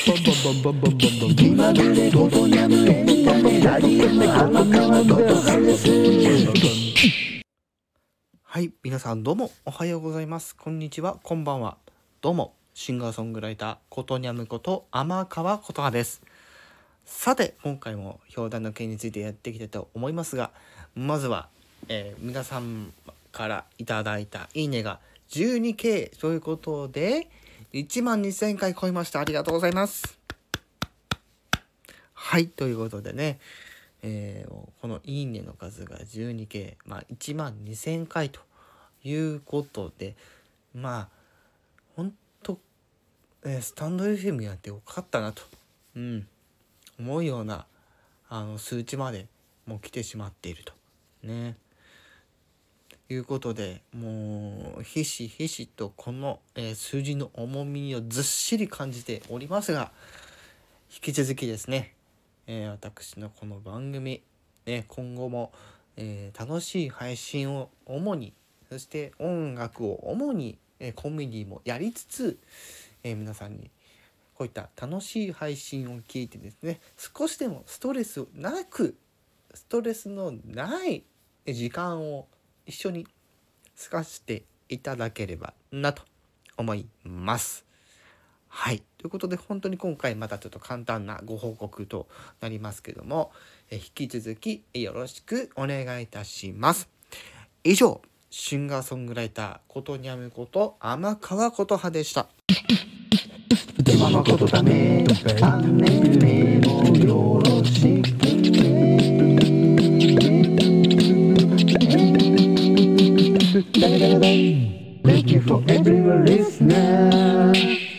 気まぐれことにゃむエンタメラジオの天川ことはです。 はい、皆さんどうもおはようございます。こんにちは、こんばんは。どうも、シンガーソングライターことにゃむこと天川ことはです。さて、今回も表題の件についてやっていきたいと思いますが、まずは、皆さんからいただいたいいねが 12K ということで12,000回超えました。ありがとうございます。はい、ということでね、このいいねの数が 12K、12,000回ということで、ほんと、スタンド FM やってよかったなと、思うような数値までもう来てしまっているとね。いうことで、もうひしひしとこの、数字の重みをずっしり感じておりますが、引き続きですね、私のこの番組、今後も、楽しい配信を主に、そして音楽を主に、コメディもやりつつ、皆さんにこういった楽しい配信を聞いてですね、少しでもストレスのない時間を一緒に過ごしていただければなと思います。はい。ということで、本当に今回またちょっと簡単なご報告となりますけども、引き続きよろしくお願いいたします。以上、シンガーソングライターことにゃむこと天川ことはでした。 ママことだめ、チャンネルもよろしくね。Thank you for everyone listener.